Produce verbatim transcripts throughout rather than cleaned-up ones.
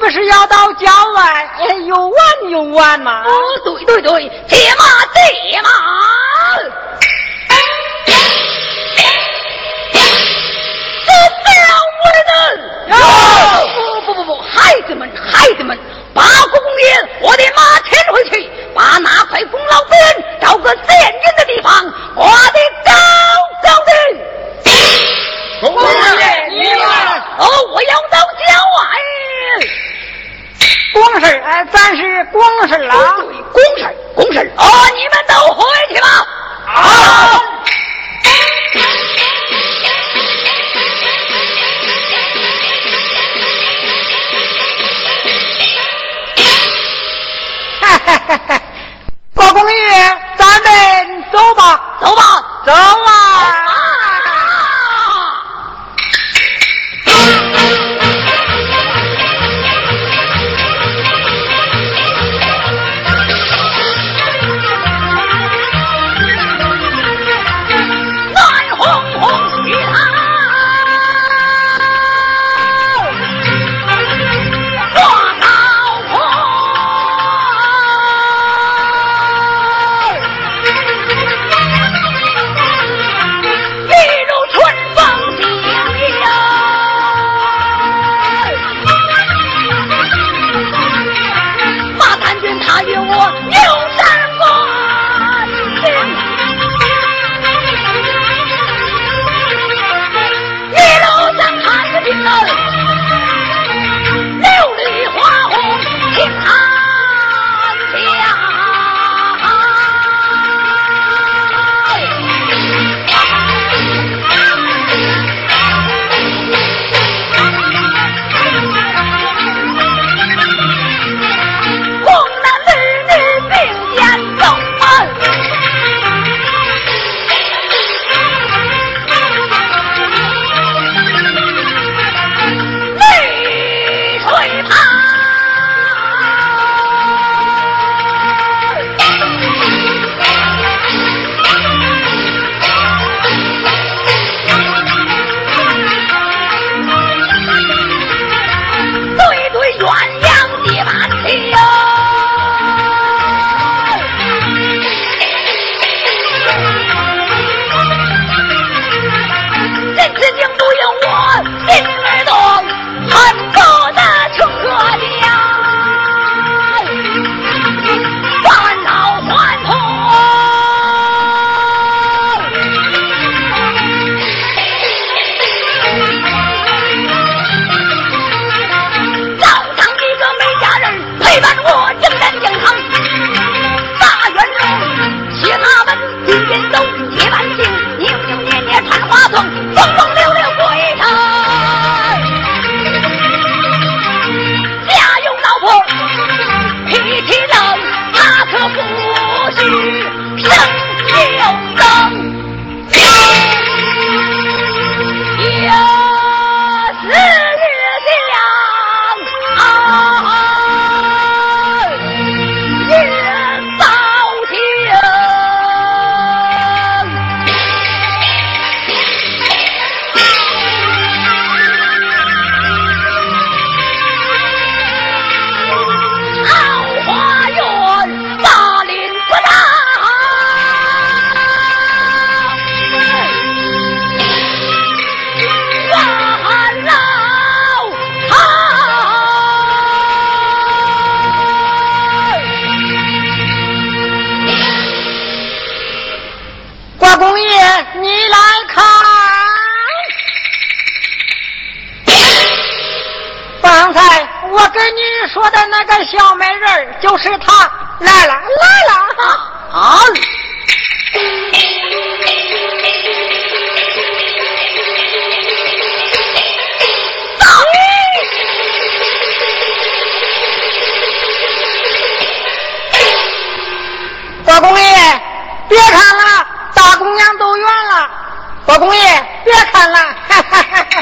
不是要到郊外游玩游玩吗？ 哦，对对对，解码解码。这两位人，不不不不，孩子们孩子们，把公爷我的马牵回去，把那块功劳匾找个显眼的地方挂得高高的。 公爷，你来。 哦，我要到郊外。 公事哎，咱是公事了。 对，公事公事。哦，你们都回去吧。 好。郭公爷，咱们走吧， 走吧， 走啊！ 暖烘烘许他，花高坡。 说的那个小美人就是她，来了来了啊！ 郭公爷，别看了，大姑娘都远了。郭公爷，别看了，哈哈哈哈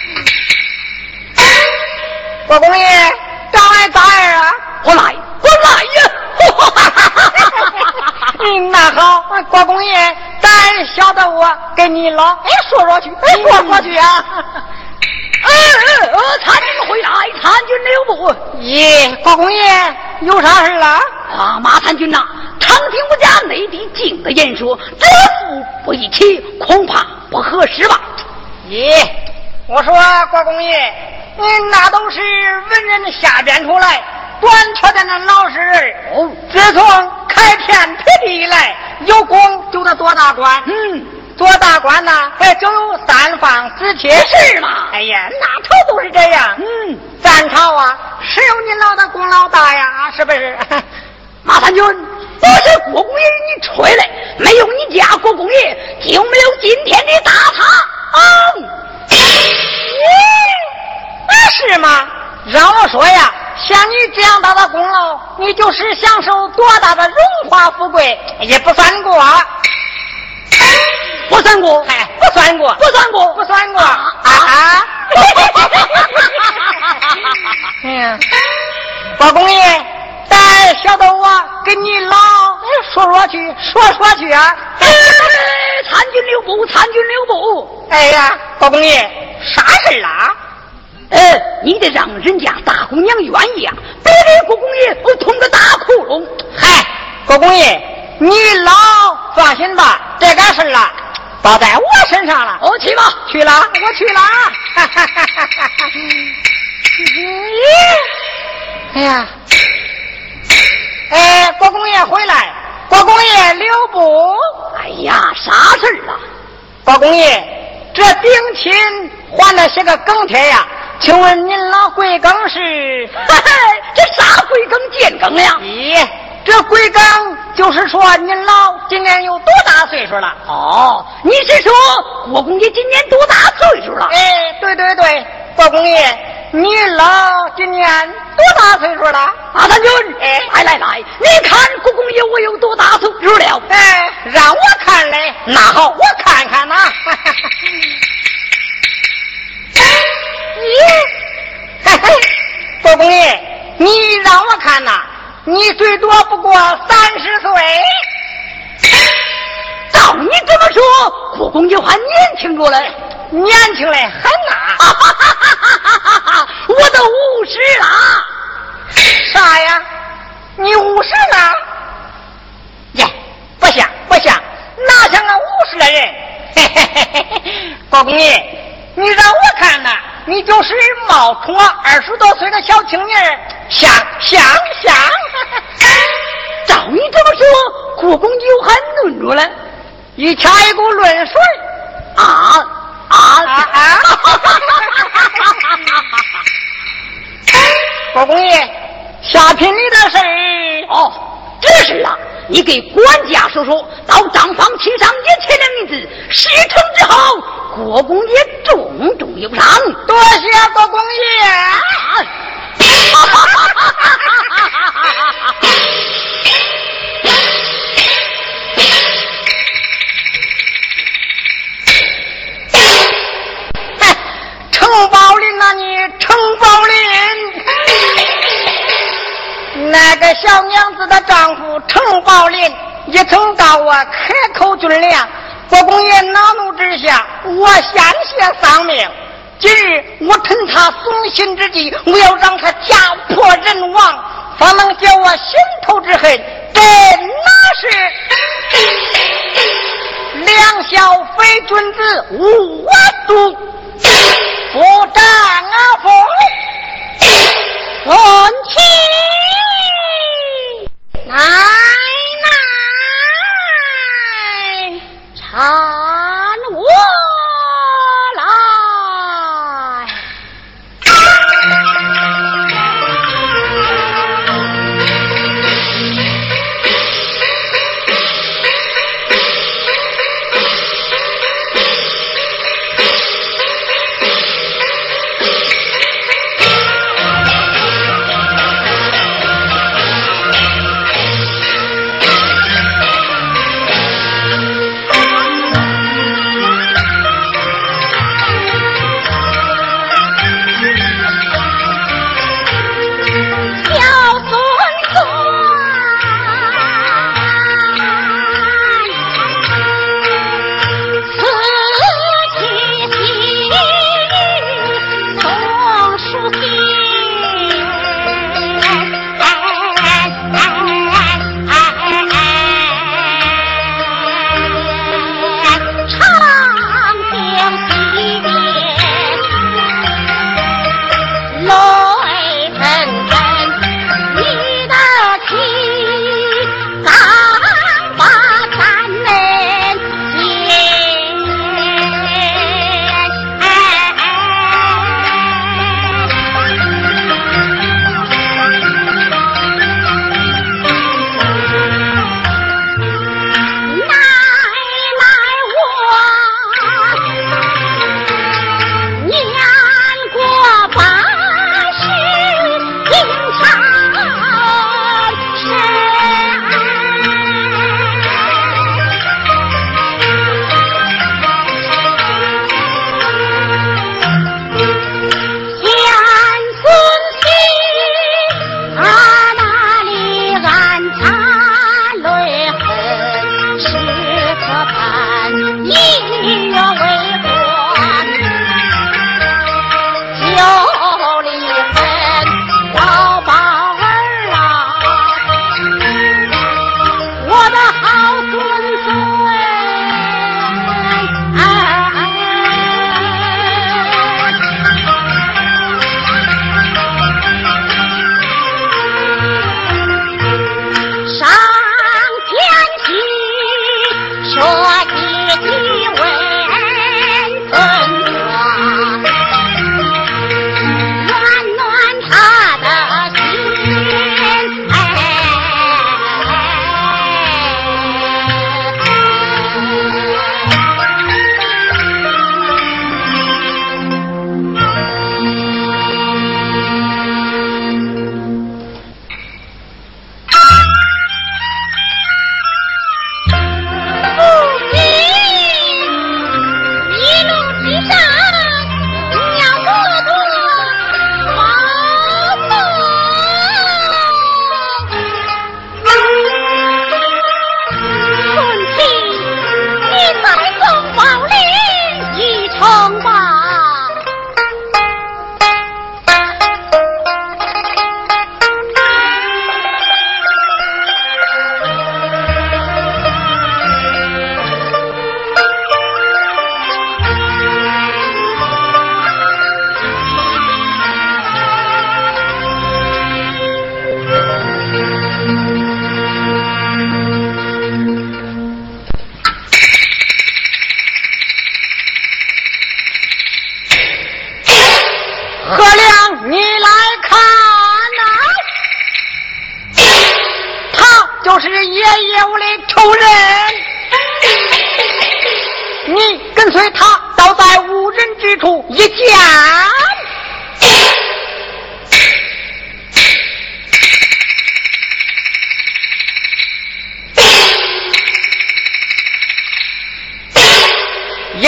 郭公爷，长来咋样啊？ 我来，我来呀！ 嗯，那好，郭公爷，咱晓得我跟你老哎说说去，哎说说去啊。 呃呃，参回来，参军留步。 咦，国公爷有啥事了？ 啊，马参军呐、啊，常听我家内地境的言说，这副不一起，恐怕不合适吧？ 咦，我说国公爷，你那都是文人下边出来短缺的那老实人。哦，自从开天辟地以来，有功就得做大官。 嗯。 做大官呢，哎，就有三房四妾， 是吗？ 哎呀，那头都是这样。 嗯， 咱朝啊，谁有您老的功劳大呀？啊，是不是？ 马三军，不是国公爷你吹来，没有你家国公爷，就没有今天的大堂。嗯， 那是吗？让我说呀，像你这样大的功劳，你就是享受多大的荣华富贵，也不算过。 不算过， 哎，不算过， 不算过， 不算过啊！啊嗯，包公爷，带小的我跟你老说说去，说说去啊！ 参军留步，参军留步！ 哎呀，包公爷，啥事啦？ 呃，你得让人家大姑娘愿意啊，别给国公爷我捅个大窟窿。 嗨，国公爷，你老放心吧，这个事啊。包在我身上了， 我去吧， 去了，我去了。哎呀，哎，国公爷回来，国公爷留步。 哎呀，啥事儿啊？ 国公爷，这定亲还了些个更帖呀？请问您老贵庚是？ 嘿嘿，这啥贵庚贱庚呀？ 咦，这贵庚就是说您老今年有多大岁数了？ 哦，你是说国公爷今年多大岁数了？ 哎，对对对，国公爷，你老今年多大岁数了？ 马三军， 哎， 来来来，你看国公爷我有多大岁数了？ 哎，让我看嘞，那好，我看看呐。咦，嘿嘿，国公爷，你让我看呐，你最多不过三十岁。 照你这么说，国公爷还年轻着嘞， 年轻嘞很呐！ 啊哈哈哈哈哈！我都五十了。 啥呀？你五十了？耶，不像不像，哪像个五十的人？嘿嘿嘿嘿嘿，国公爷，你让我看呐，你就是冒充二十多岁的小青年，像像像。 照你这么说，国公爷还嫩着嘞。 一掐一股论水啊啊啊啊！国公爷，下聘礼的事儿哦，这事啊，你给管家说说，到账房签上一千两银子，事成之后，国公爷重重有赏。 多谢国公爷。啊城堡林呐，你城堡林，那个小娘子的丈夫城堡林，一曾到我开口军粮，国公爷恼怒之下，我险些丧命。今日我趁他松心之际，我要让他家破人亡，方能解我心头之恨。这哪是两小非君子，无我独不战啊风顺气奶奶搀我来。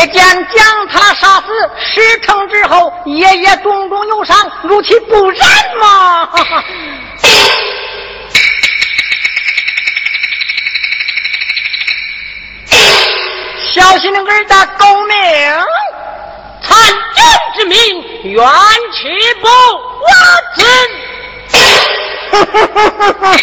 夜间将他杀死，事成之后，爷爷种种忧伤，如其不然吗？小心儿的狗命， 参政之命，冤屈不我尊。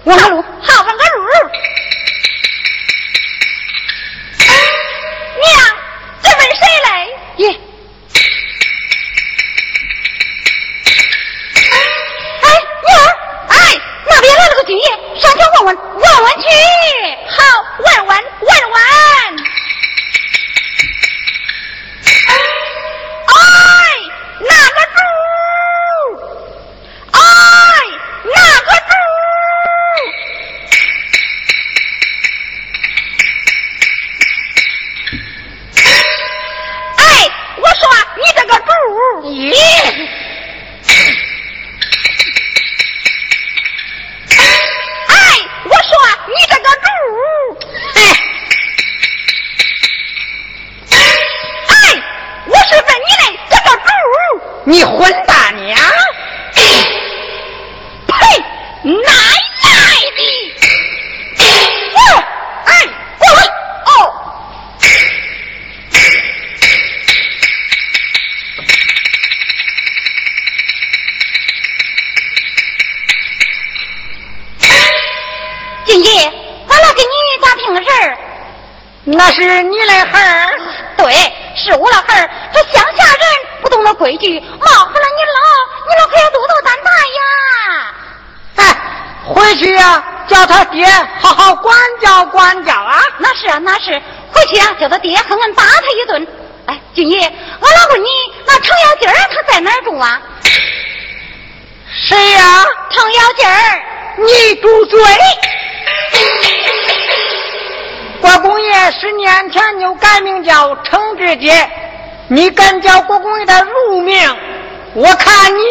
问个路，好问个路。娘，这问谁来？耶！哎，娘，哎，那边来了个军爷，上去问问，问问去。好，问问，问问。哎，那个猪！哎，那个猪！哎，我说你这个猪！ 咦！ 哎，我说你这个猪！哎，我是问你嘞，这个猪！ 你混蛋你啊！ 呸！奶奶的！哦，哎，过来！哦。金爷，俺来给你打听个事儿。 那是你的孩儿？ 对，是我的孩儿。这乡下人不懂得规矩，冒犯了你老，你老可要多多担待呀。 哎，回去呀、啊，叫他爹好好管教管教啊！ 那是啊，那是。回去啊，叫他爹狠狠打他一顿。哎，军爷，我老问你，那程咬金儿他在哪儿住啊？ 谁呀、啊？ 程咬金儿， 你住嘴！国公爷十年前就改名叫程志杰，你敢叫国公爷的乳名？我看你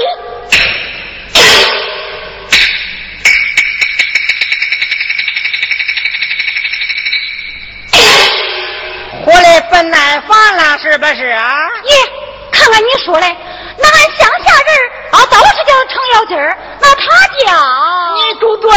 活来分耐烦了是不是啊？ 耶，看看你说嘞，那俺乡下人啊都是叫程咬金儿，那他叫你住嘴！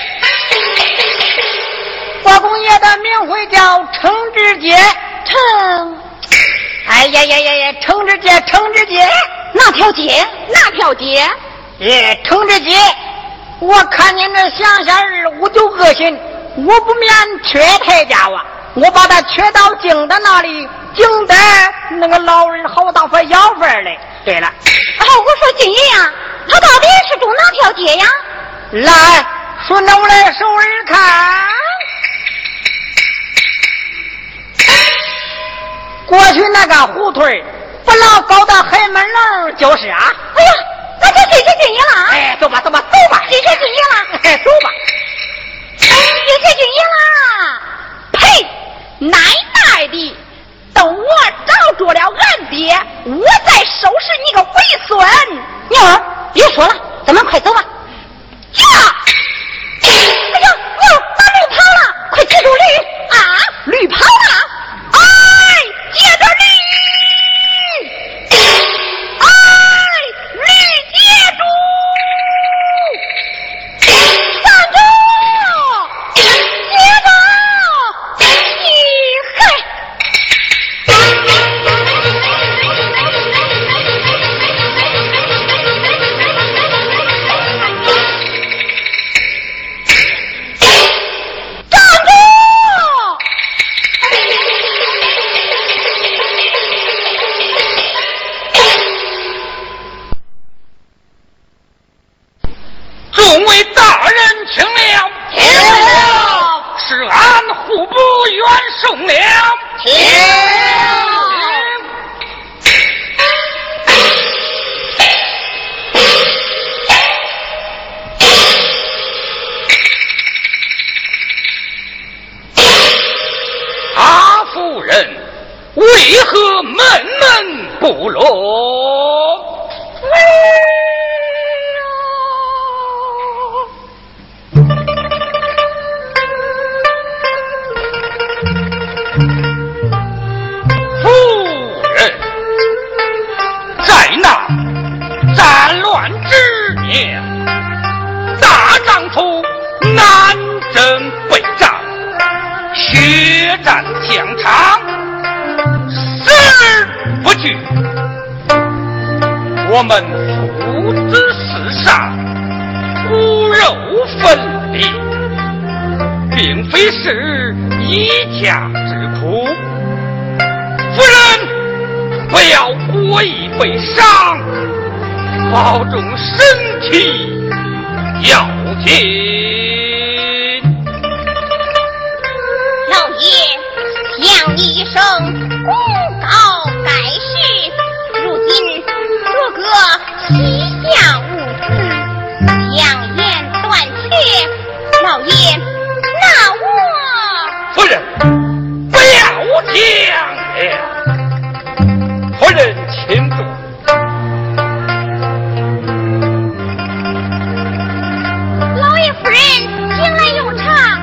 国公爷的名讳叫程志杰， 程， 哎呀呀呀呀，程志杰，程志杰， 哪条街？哪条街？ 耶，程志杰，我看见这乡下人我就恶心，我不免缺他家哇，我把他缺到京的那里，京的那个老人好当发要饭嘞。对了， 哦，我说军爷呀，他到底是住哪条街呀？ 来，顺着我来手儿看。过去那个胡同不老高的黑门楼就是啊。 哎呀，那就谢谢军爷了。 哎，走吧走吧走吧， 谢谢军爷了。 哎，走吧。 谢谢军爷啦！呸！奶奶的！等我找着了俺爹，我再收拾你个龟孙！娘儿，别说了，咱们快走吧。呀！哎呀，娘，把驴跑了！快接住驴！啊，驴跑了！哎，接着驴！哎，驴接住！站住！接着！咦嘿！站住！ 众位大人，请了， 请了， 是俺户部元送了， 请。 阿夫人为何闷闷不乐？夫人，在那战乱之年，大丈夫南征北战，血战疆场，死而不惧。我们父子四杀，骨肉分离。 非是一家之苦。夫人不要过于悲伤，保重身体要紧。 老爷向你一声公告该事，如今哥哥膝下无子，强言断切，老爷那我夫人不要讲了，夫人请坐。 老爷夫人请来有茶。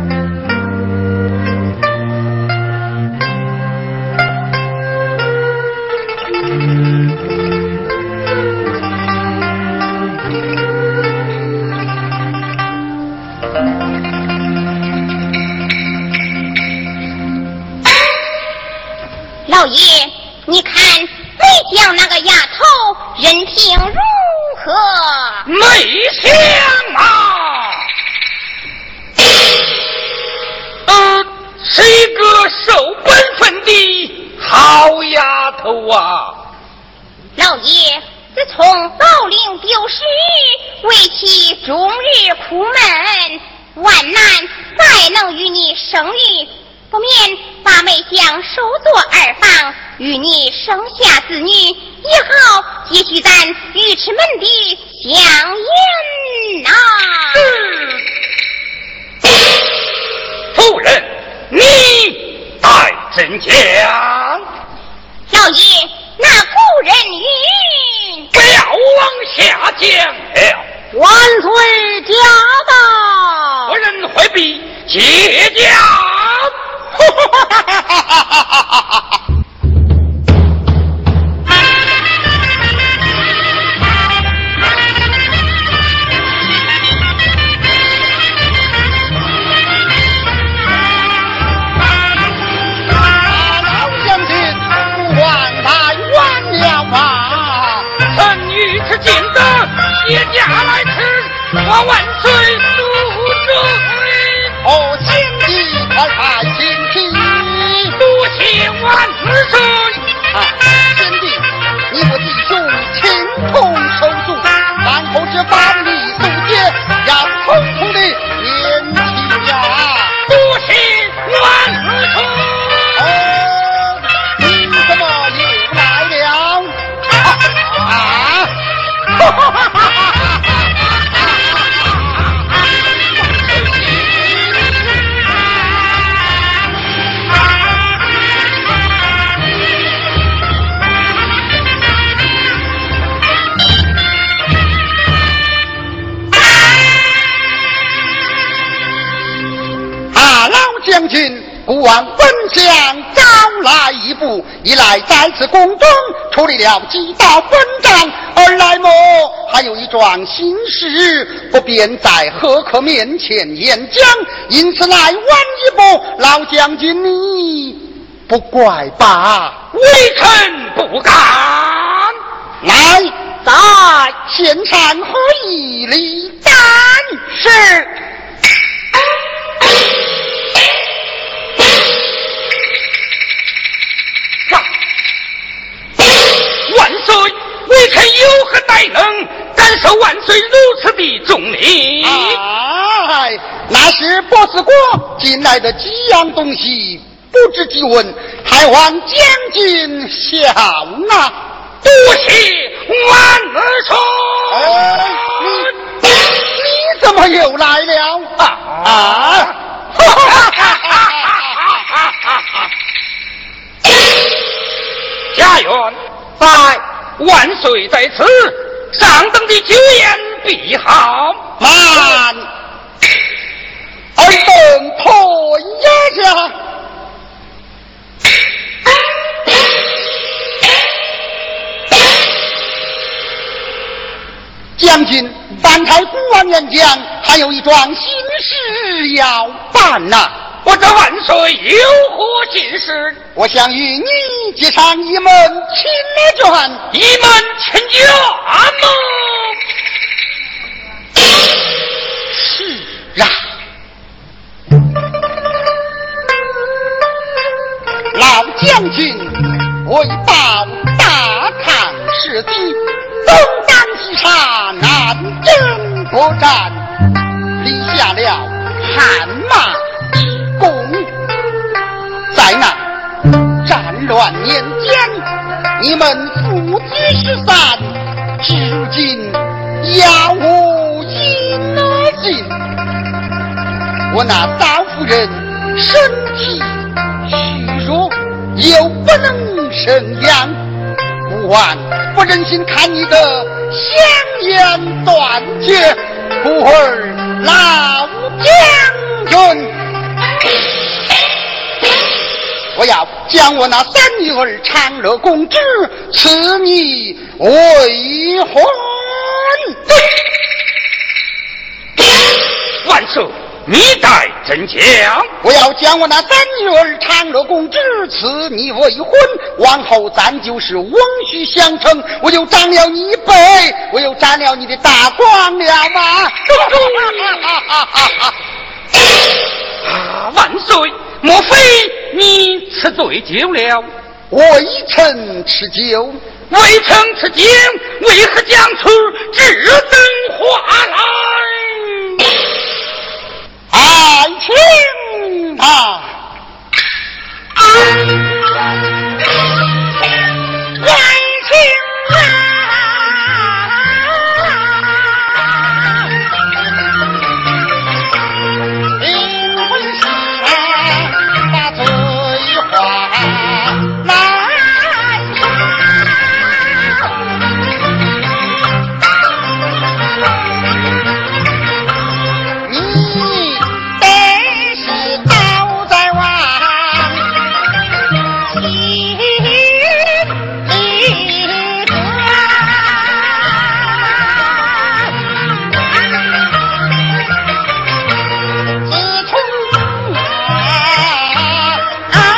老爷，你看梅香那个丫头人品如何？ 梅香啊，呃，是一个守本分的好丫头啊。 老爷，自从宝龄丢失，为其终日苦闷，万难才能与你生育，不免把梅香收作二房，与你生下子女，以后继续咱尉迟门的香烟呐、啊嗯。夫人，你待怎讲？ 老爷，那古人云： 不要往下讲了。 万岁驾到！ 夫人回避接讲。 老将军，万太晚了吧？ 臣与此进得接驾来迟，我万岁恕罪。 哦，贤弟快快请起。 多谢万岁。 啊，贤弟，你我弟兄情同手足，然后这万里素节要统统的念起呀。 多谢万岁。 哦，你怎么又来了？啊啊！哈哈哈哈哈！将军，孤王本想早来一步，一来在此宫中处理了几道纷章，二来么还有一桩心事，不便在贺客面前演讲，因此来晚一步，老将军你不怪吧？ 微臣不敢。 来，在前山喝一礼。 但是。万岁，微臣有何待能，感受万岁如此的重礼？ 哎，那是波斯国进来的几样东西，不知即问，还望将军笑纳。 多谢万岁。 哎，你你怎么又来了？啊啊！哈哈哈哈哈哈！ 家园在，万岁在此，上等的酒宴必好。 慢，二等退压下。将军，翻开古王演讲，还有一桩心事要办呐、啊。 我这万岁有何心事？ 我想与你结上一门亲眷， 一门亲眷吗？ 是啊。 万年间，你们夫妻失散，至如今杳无音信。我那少夫人身体虚弱，又不能生养，不完不忍心看你的香烟断绝，故而老将军，我要将我那三女儿长乐公主赐你为婚。 万岁，你待怎讲？ 我要将我那三女儿长乐公主赐你为婚，往后咱就是翁婿相称，我就长了你一辈，我又沾了你的大光了吗？ 啊，万岁，莫非你吃醉酒了？ 未曾吃酒。 未曾吃酒，为何讲出至等话来？ 爱情啊， 爱情啊， 因为是把醉话来说，你得是倒在往心里钻。自从啊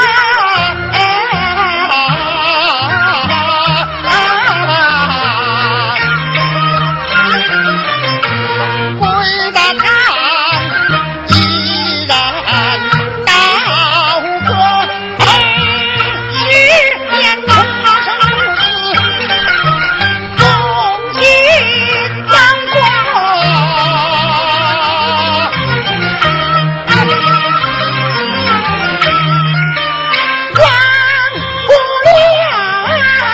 回到他依然到过十年的日子，重新阳光。忘不了，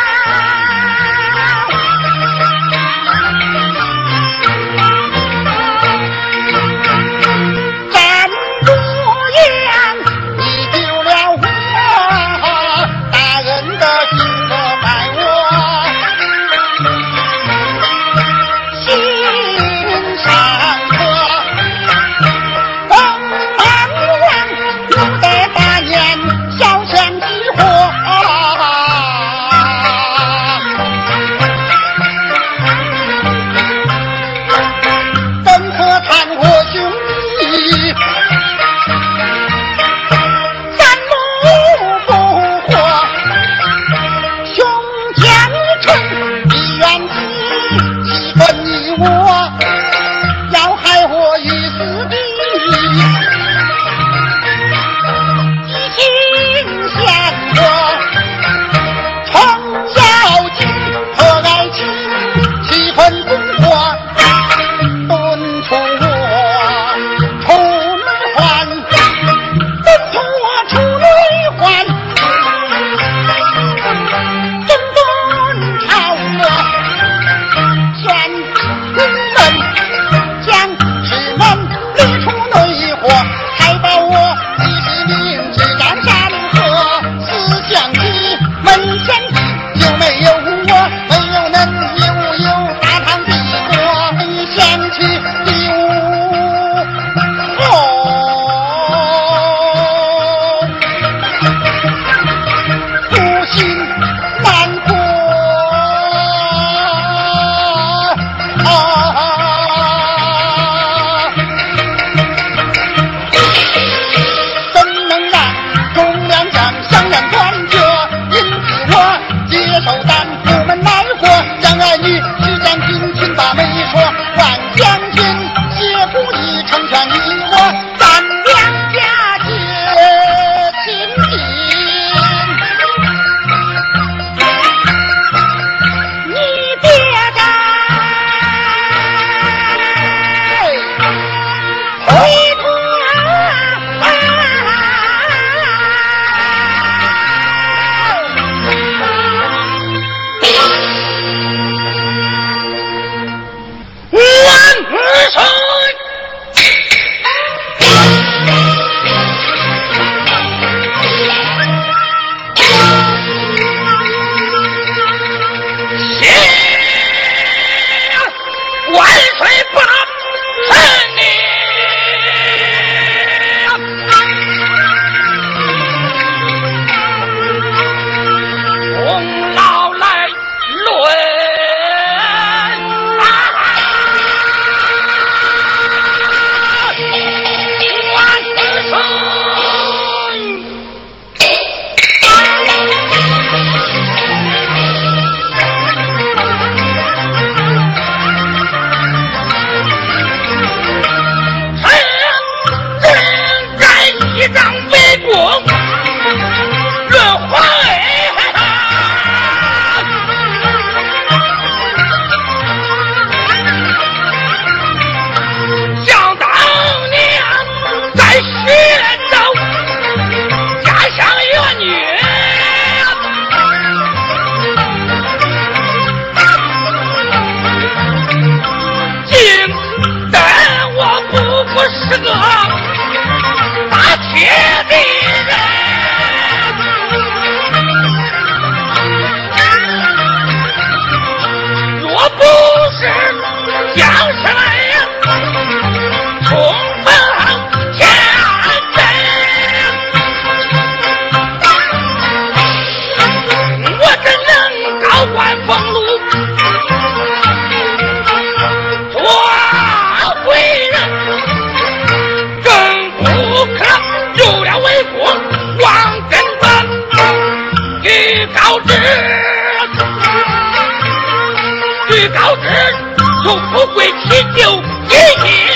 战如烟，你丢了我，大人的心可在我心上刻。东方王有得八年，小枪激活。怎可谈我兄弟？咱母不活，兄将成一元气，气分你我，要害我于死地。一心向我，从要紧和爱情气分不活，敦促我出内环，敦促我出内环，整顿朝歌，全你们孙。万岁八成你，功劳来论啊！万岁！一张为国论皇位，想当年在徐州家乡园女，竟但我不过是个大铁的人，若不是将士们冲锋陷阵，我怎能高官俸禄做贵人？更不可有了为国忘根本。据告知，据告知，有富贵祈求一夜，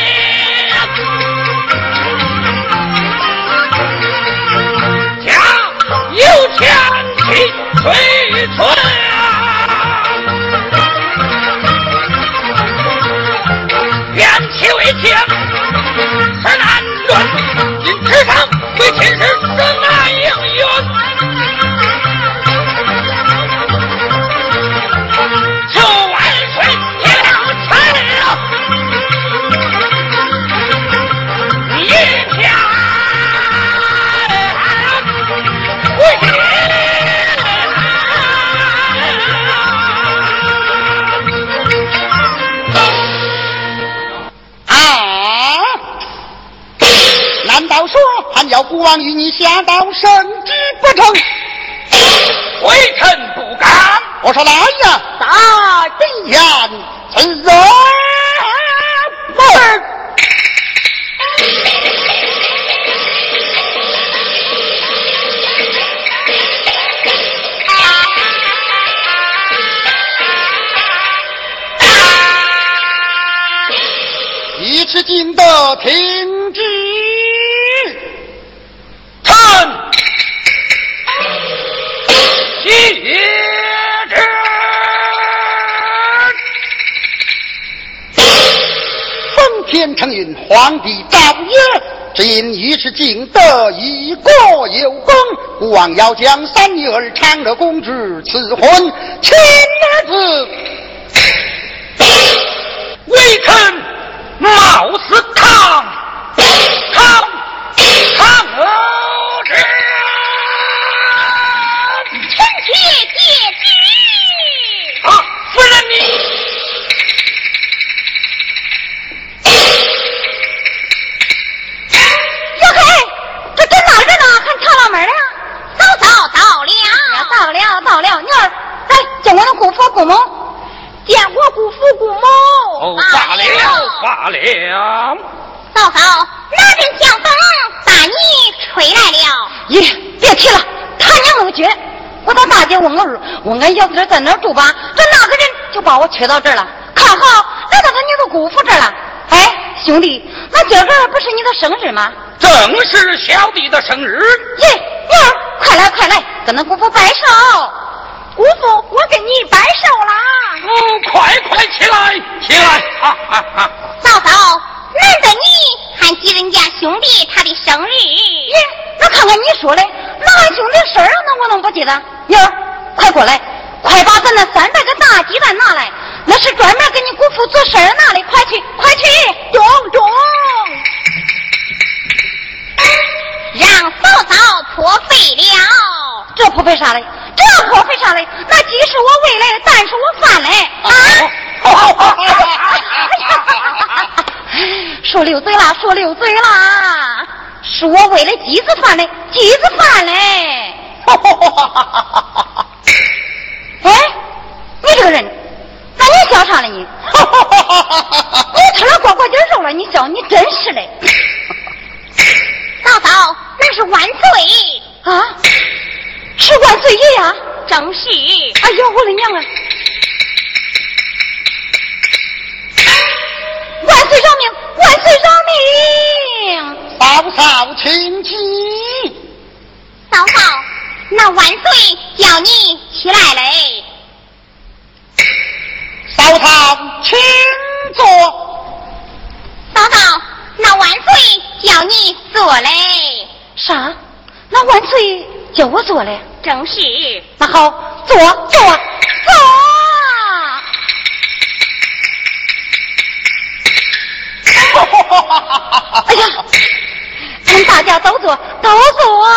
家有前妻垂春，愿其为妾，是难论。今职场为亲事，是难应允。求万岁一了臣啊！一片不行啊！难道说还要国王与你下到圣旨不成？ 微臣不敢。 我说来呀，大帝言此人儿。一次敬得听旨。 臣谢旨。 奉天承运，皇帝诏曰：只因一时敬得一国有功，国王要将三女儿长乐公主赐婚，亲儿子。 微臣冒死抗抗抗俄之， 臣妾接旨。 啊，夫人你。 小黑，这这哪着呢？还插了门了？ 嫂嫂到了。 到了到了，女儿，来见我的姑父姑母，见我姑父姑母。 哦，罢了罢了。 嫂嫂，哪阵强风把你吹来了？ 咦，别提了，他娘那么倔！我到大街问儿，问俺小子在哪儿住吧，这那个人就把我吹到这儿了，看好来到他你的姑父这儿了。哎，兄弟，那今个不是你的生日吗？ 正是小弟的生日。 耶，女儿，快来快来，跟咱姑父拜寿。姑父，我跟你摆手啦！ 哦，快快起来，起来！哈哈哈！ 嫂嫂，难得你还记人家兄弟他的生日。 耶，那看看你说的，那俺兄弟事儿，那我能不记得？女儿，快过来，快把咱那三百个大鸡蛋拿来，那是专门给你姑父做事儿拿的，快去，快去！ 破费啥嘞？这破费啥嘞？那既是我为来，但是我犯嘞啊！说溜嘴啦，说溜嘴啦，是我为了鸡子犯嘞，鸡子犯嘞。哎，你这个人，那你笑啥了你？你吃了呱呱筋肉了，你笑，你真是嘞。 嫂嫂，那是万岁啊！是万岁爷呀！ 正是。 哎呦，我的娘啊！万岁饶命！万岁饶命！ 嫂嫂请起。 嫂嫂，那万岁叫你起来嘞。 嫂嫂请坐。 嫂嫂，那万岁叫你坐嘞。 啥？那万岁叫我坐嘞？ 正是。 那好，坐坐坐。哎呀，请大家都坐，都坐。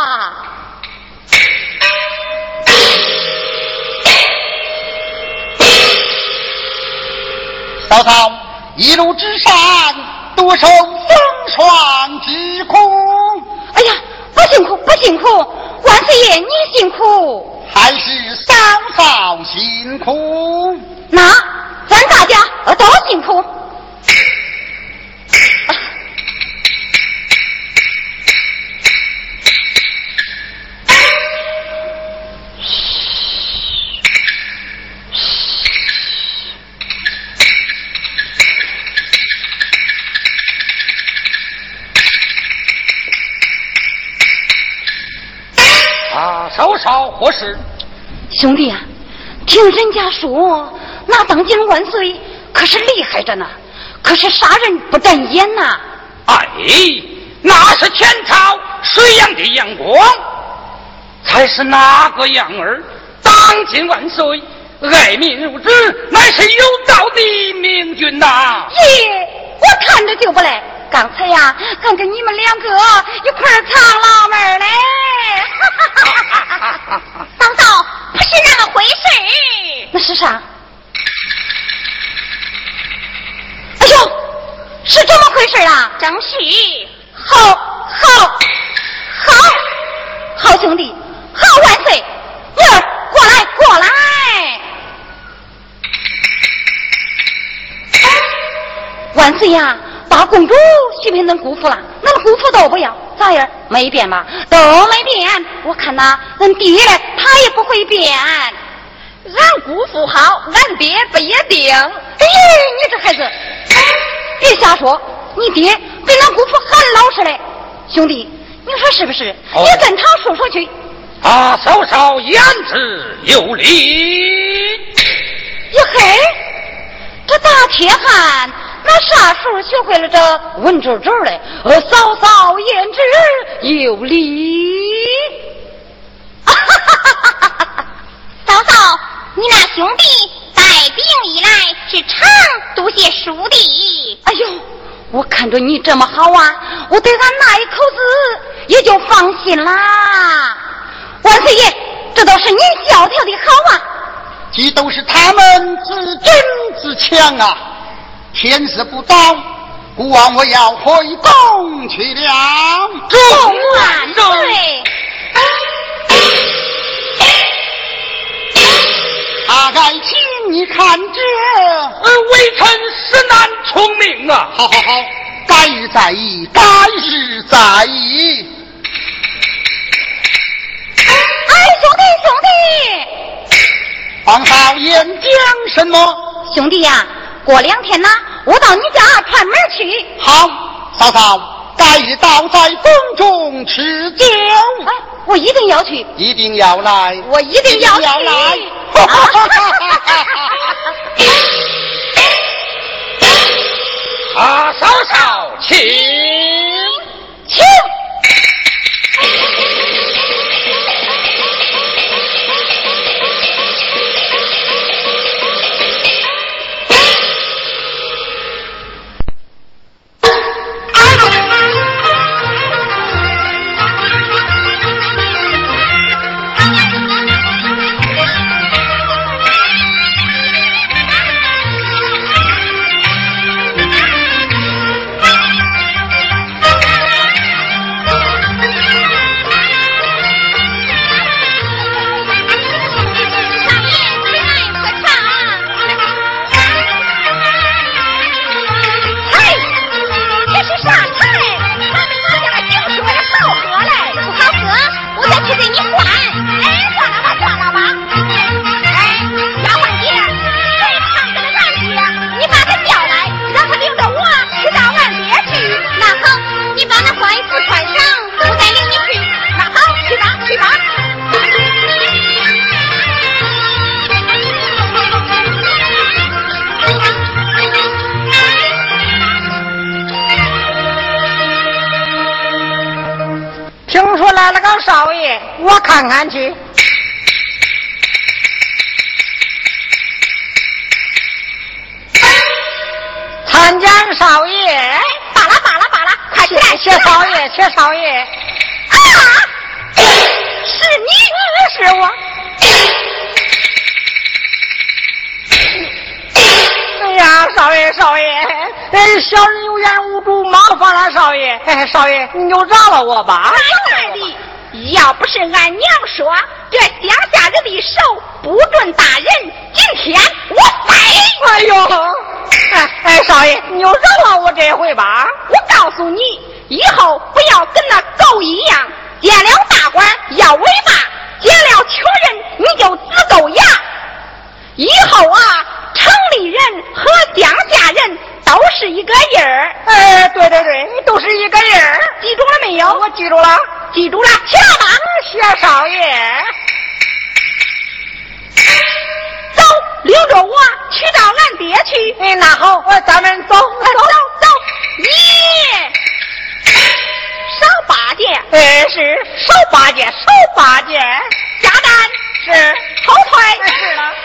嫂嫂，一路之上多受风霜之苦。 哎呀，不辛苦，不辛苦，万岁爷你辛苦， 还是嫂嫂辛苦。 那咱大家都辛苦。 啊，少少何事？ 兄弟啊，听人家说那当今万岁可是厉害着呢，可是杀人不眨眼呐。 哎，那是前朝水阳的阳光，才是那个样儿。当今万岁爱民如子，乃是有道的明君呐。 耶，我看着就不赖。刚才呀，看跟你们两个一块儿藏老妹嘞。 嫂嫂，不是那么回事。 那是啥？哎呦，是这么回事啊！ 正是。 好，好，好，好兄弟，好万岁！妮儿，过来，过来。万岁呀！把公主许给恁姑父了，恁姑父都不要，咋样？没变吧？都没变。我看呐，恁爹他也不会变。 俺姑父好，俺爹不也定。哎， 你这孩子，别瞎说，你爹比恁姑父还老实嘞。兄弟，你说是不是？ 哦、 你跟他说说去。 啊，嫂嫂言之有理。 哟嘿，这大铁汉。那啥时候学会了这文绉绉的？呃，嫂嫂言之有理。 嫂嫂，你那兄弟带兵以来是常读些书的。 哎呦，我看着你这么好啊，我对俺那一口子也就放心啦。万岁爷，这都是你教条的好啊。 这都是他们自争自强啊。天色不早，孤王我要回宫去了。 众万岁！ 大概请你看着， 呃，微臣实难聪明啊。 好好好，改日再议，改日再议。 哎，兄弟兄弟， 皇少言讲什么？ 兄弟呀、啊。过两天呢，我到你家串门去。 好，嫂嫂，改日倒在宫中吃酒。 哎，我一定要去， 一定要来， 我一定要去。 要来。 啊，嫂嫂，请请。 我看看去。参见少爷。 罢了罢了罢了，快起来！ 谢少爷，谢少爷。 啊！是你， 是我。哎呀，少爷，少爷，哎，小人有眼无珠，冒犯了少爷。哎，少爷，你就饶了我吧。 哪来的？要不是俺娘说这乡下人的手不准打人，今天我栽！ 哎呦，哎哎，少爷，你就饶了我这回吧。 我告诉你，以后不要跟那狗一样，见了大官要尾巴，见了穷人你就自狗牙。以后啊，城里人和乡下人都是一个人儿。 哎，对对对，都是一个人儿。 记住了没有？ 我记住了， 记住了，起来吧， 谢少爷。 走，领着我去找俺爹去。 哎，那好，咱们走， 走走走。一少八件， 哎，是少八件，少八件。 下单是后退， 是了。